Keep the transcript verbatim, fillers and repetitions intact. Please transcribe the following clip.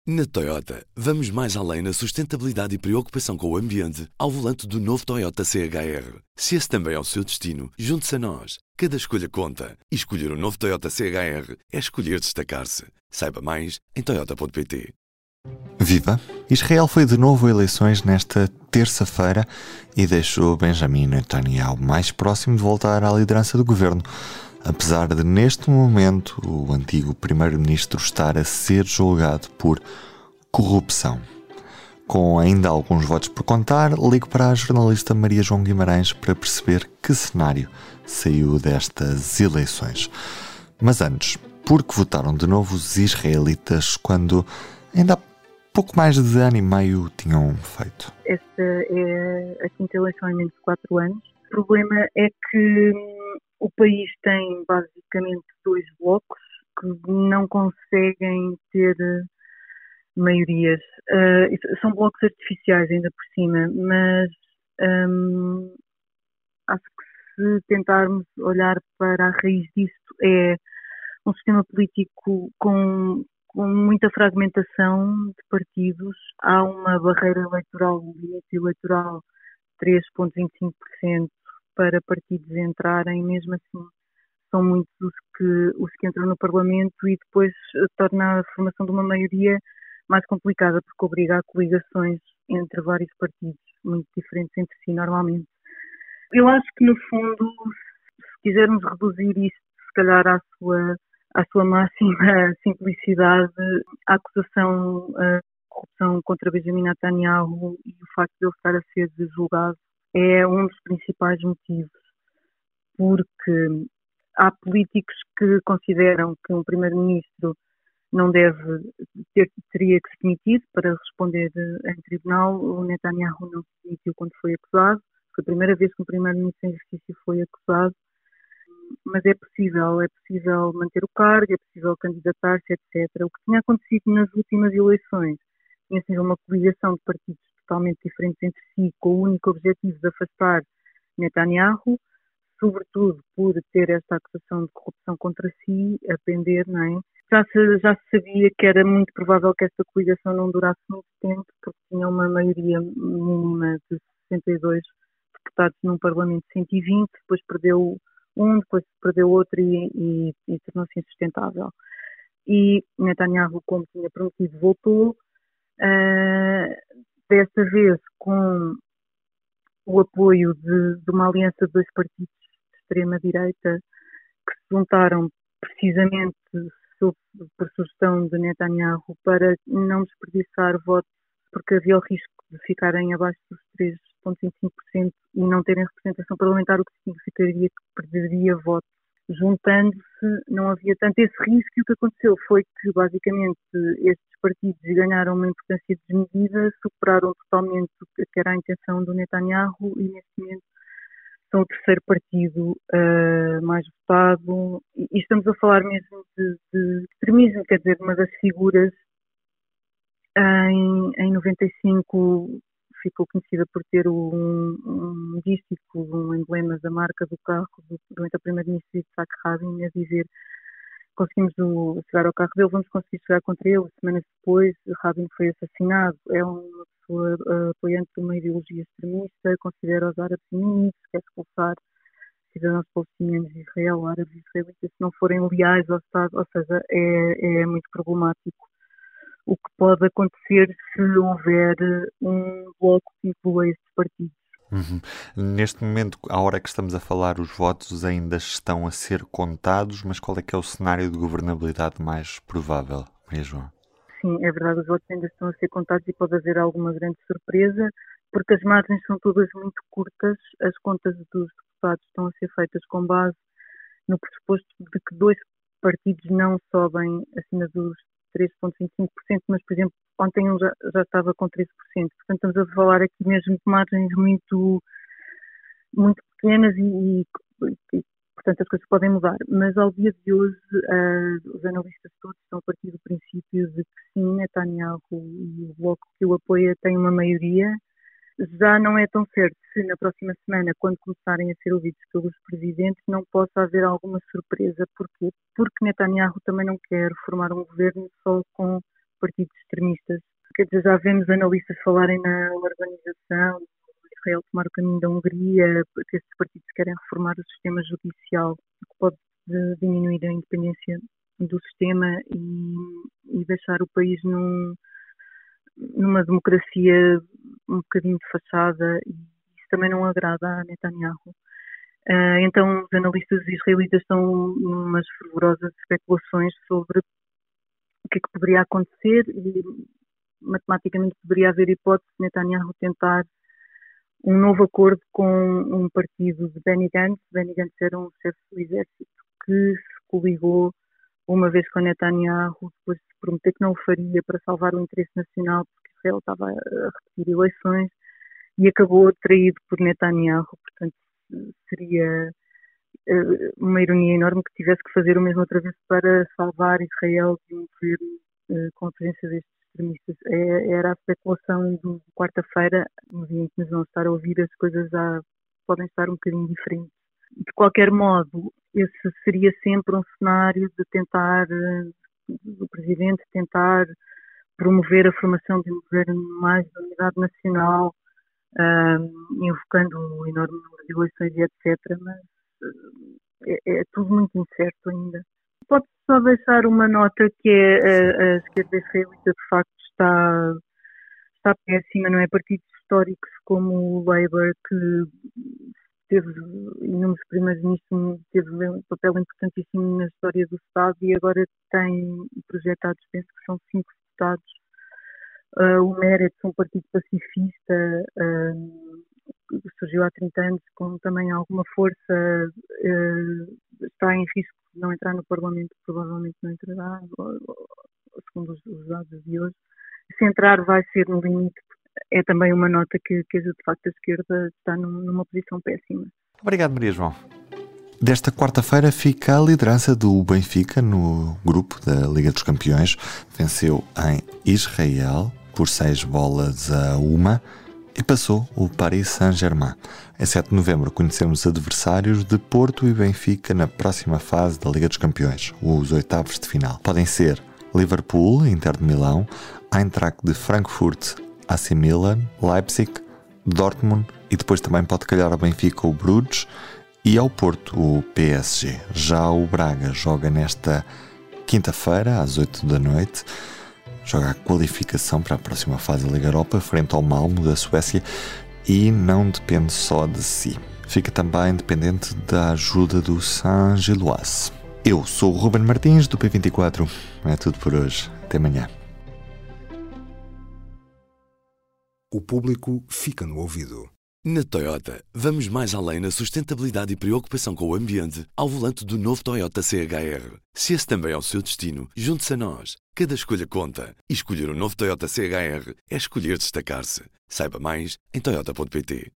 Na Toyota, vamos mais além na sustentabilidade e preocupação com o ambiente ao volante do novo Toyota C H R. Se esse também é o seu destino, junte-se a nós. Cada escolha conta. E escolher o novo Toyota C H R é escolher destacar-se. Saiba mais em toyota ponto pt. Viva! Israel foi de novo a eleições nesta terça-feira e deixou Benjamin Netanyahu mais próximo de voltar à liderança do governo, apesar de, neste momento, o antigo primeiro-ministro estar a ser julgado por corrupção. Com ainda alguns votos por contar, ligo para a jornalista Maria João Guimarães para perceber que cenário saiu destas eleições. Mas antes, por que votaram de novo os israelitas quando ainda há pouco mais de ano e meio tinham feito? Esta é a quinta eleição em menos de quatro anos. O problema é que o país tem basicamente dois blocos que não conseguem ter maiorias. Uh, são blocos artificiais ainda por cima, mas um, acho que se tentarmos olhar para a raiz disto é um sistema político com, com muita fragmentação de partidos. Há uma barreira eleitoral, um limite eleitoral de três vírgula vinte e cinco por cento para partidos entrarem, mesmo assim são muitos os que, os que entram no Parlamento e depois torna a formação de uma maioria mais complicada porque obriga a coligações entre vários partidos muito diferentes entre si normalmente. Eu acho que no fundo, se quisermos reduzir isto se calhar à sua, à sua máxima simplicidade, a acusação de corrupção contra Benjamin Netanyahu e o facto de ele estar a ser julgado é um dos principais motivos, porque há políticos que consideram que um primeiro-ministro não deve ter, teria que se demitir para responder em tribunal. O Netanyahu não se demitiu quando foi acusado. Foi a primeira vez que um primeiro-ministro em exercício foi acusado. Mas é possível, é possível manter o cargo, é possível candidatar-se, etcétera. O que tinha acontecido nas últimas eleições tinha sido uma coligação de partidos totalmente diferentes entre si, com o único objetivo de afastar Netanyahu, sobretudo por ter esta acusação de corrupção contra si a pender, não é? Já se, já se sabia que era muito provável que esta coligação não durasse muito tempo, porque tinha uma maioria mínima de sessenta e dois deputados num Parlamento de cento e vinte, depois perdeu um, depois perdeu outro e, e, e tornou-se insustentável. E Netanyahu, como tinha prometido, voltou, uh, desta vez com o apoio de, de uma aliança de dois partidos de extrema-direita que se juntaram precisamente sob, por sugestão de Netanyahu para não desperdiçar votos, porque havia o risco de ficarem abaixo dos três vírgula vinte e cinco por cento e não terem representação parlamentar, o que significaria que perderia votos. Juntando-se, não havia tanto esse risco e o que aconteceu foi que, basicamente, estes partidos ganharam uma importância desmedida, superaram totalmente o que era a intenção do Netanyahu e, neste momento, são o terceiro partido uh, mais votado. E, e estamos a falar mesmo de, de extremismo, quer dizer, uma das figuras em, em noventa e cinco ficou conhecida por ter um, um dístico, um emblema da marca do carro do, do então primeiro-ministro Yitzhak Rabin, a dizer: conseguimos o, chegar ao carro dele, vamos conseguir chegar contra ele. Semanas depois, Rabin foi assassinado. É uma pessoa uh, apoiante de uma ideologia extremista, considera os árabes inimigos, quer expulsar cidadãos palestinianos de Israel, árabes israelitas, se não forem leais ao Estado, ou seja, é, é muito problemático o que pode acontecer se houver um bloco que inclua estes partidos. Uhum. Neste momento, à hora que estamos a falar, os votos ainda estão a ser contados, mas qual é que é o cenário de governabilidade mais provável, Maria João? Sim, é verdade, os votos ainda estão a ser contados e pode haver alguma grande surpresa, porque as margens são todas muito curtas, as contas dos deputados estão a ser feitas com base no pressuposto de que dois partidos não sobem acima dos três vírgula vinte e cinco por cento, mas, por exemplo, ontem um já, já estava com treze por cento. Portanto, estamos a falar aqui mesmo de margens muito, muito pequenas e, e, e, portanto, as coisas podem mudar. Mas, ao dia de hoje, uh, os analistas todos estão a partir do princípio de que sim, Netanyahu e o bloco que o apoia têm uma maioria. Já não é tão certo se na próxima semana, quando começarem a ser ouvidos pelos presidentes, não possa haver alguma surpresa. Porquê? Porque Netanyahu também não quer formar um governo só com partidos extremistas. Quer dizer, já vemos analistas falarem na organização, Israel tomar o caminho da Hungria, porque estes partidos querem reformar o sistema judicial, que pode diminuir a independência do sistema e, e deixar o país num, numa democracia um bocadinho de fachada, e isso também não agrada a Netanyahu. Uh, então os analistas israelitas estão numas fervorosas especulações sobre o que é que poderia acontecer, e matematicamente poderia haver hipótese de Netanyahu tentar um novo acordo com um partido de Benny Gantz. Benny Gantz era um chefe do exército que se coligou uma vez com Netanyahu, depois de prometer que não o faria para salvar o interesse nacional, porque Israel estava a repetir eleições, e acabou traído por Netanyahu. Portanto, seria uma ironia enorme que tivesse que fazer o mesmo outra vez para salvar Israel de um governo com a presença destes extremistas. Era a especulação de quarta-feira, no dia em que nos vão estar a ouvir, as coisas já podem estar um bocadinho diferentes. De qualquer modo, esse seria sempre um cenário de tentar, do presidente tentar promover a formação de um governo mais de unidade nacional, um, invocando um enorme número de eleições e etcétera. Mas é, é tudo muito incerto ainda. Pode só deixar uma nota que é a, a esquerda israelita de facto está, está péssima, não é? Partidos históricos como o Labour, que teve inúmeros primeiros-ministros, teve um papel importantíssimo na história do Estado, e agora tem projetados, penso que são cinco deputados. Uh, o Meretz, um partido pacifista, uh, surgiu há trinta anos com também alguma força, uh, está em risco de não entrar no Parlamento, provavelmente não entrará, segundo os, os dados de hoje. Se entrar, vai ser no limite. É também uma nota que, que de facto a esquerda está num, numa posição péssima. Obrigado, Maria João. Desta quarta-feira fica a liderança do Benfica no grupo da Liga dos Campeões. Venceu em Israel por seis bolas a uma e passou o Paris Saint-Germain. Em sete de novembro conhecemos adversários de Porto e Benfica na próxima fase da Liga dos Campeões, os oitavos de final. Podem ser Liverpool, Inter de Milão, Eintracht de Frankfurt, A C Milan, Leipzig, Dortmund, e depois também pode calhar ao Benfica o Bruges e ao Porto o P S G. Já o Braga joga nesta quinta-feira às oito da noite, joga a qualificação para a próxima fase da Liga Europa frente ao Malmo da Suécia, e não depende só de si. Fica também dependente da ajuda do Saint-Gilloise. Eu sou o Ruben Martins do P vinte e quatro. É tudo por hoje. Até amanhã. O público fica no ouvido. Na Toyota, vamos mais além na sustentabilidade e preocupação com o ambiente ao volante do novo Toyota C H R. Se esse também é o seu destino, junte-se a nós. Cada escolha conta. E escolher o novo Toyota C H R é escolher destacar-se. Saiba mais em toyota ponto pt.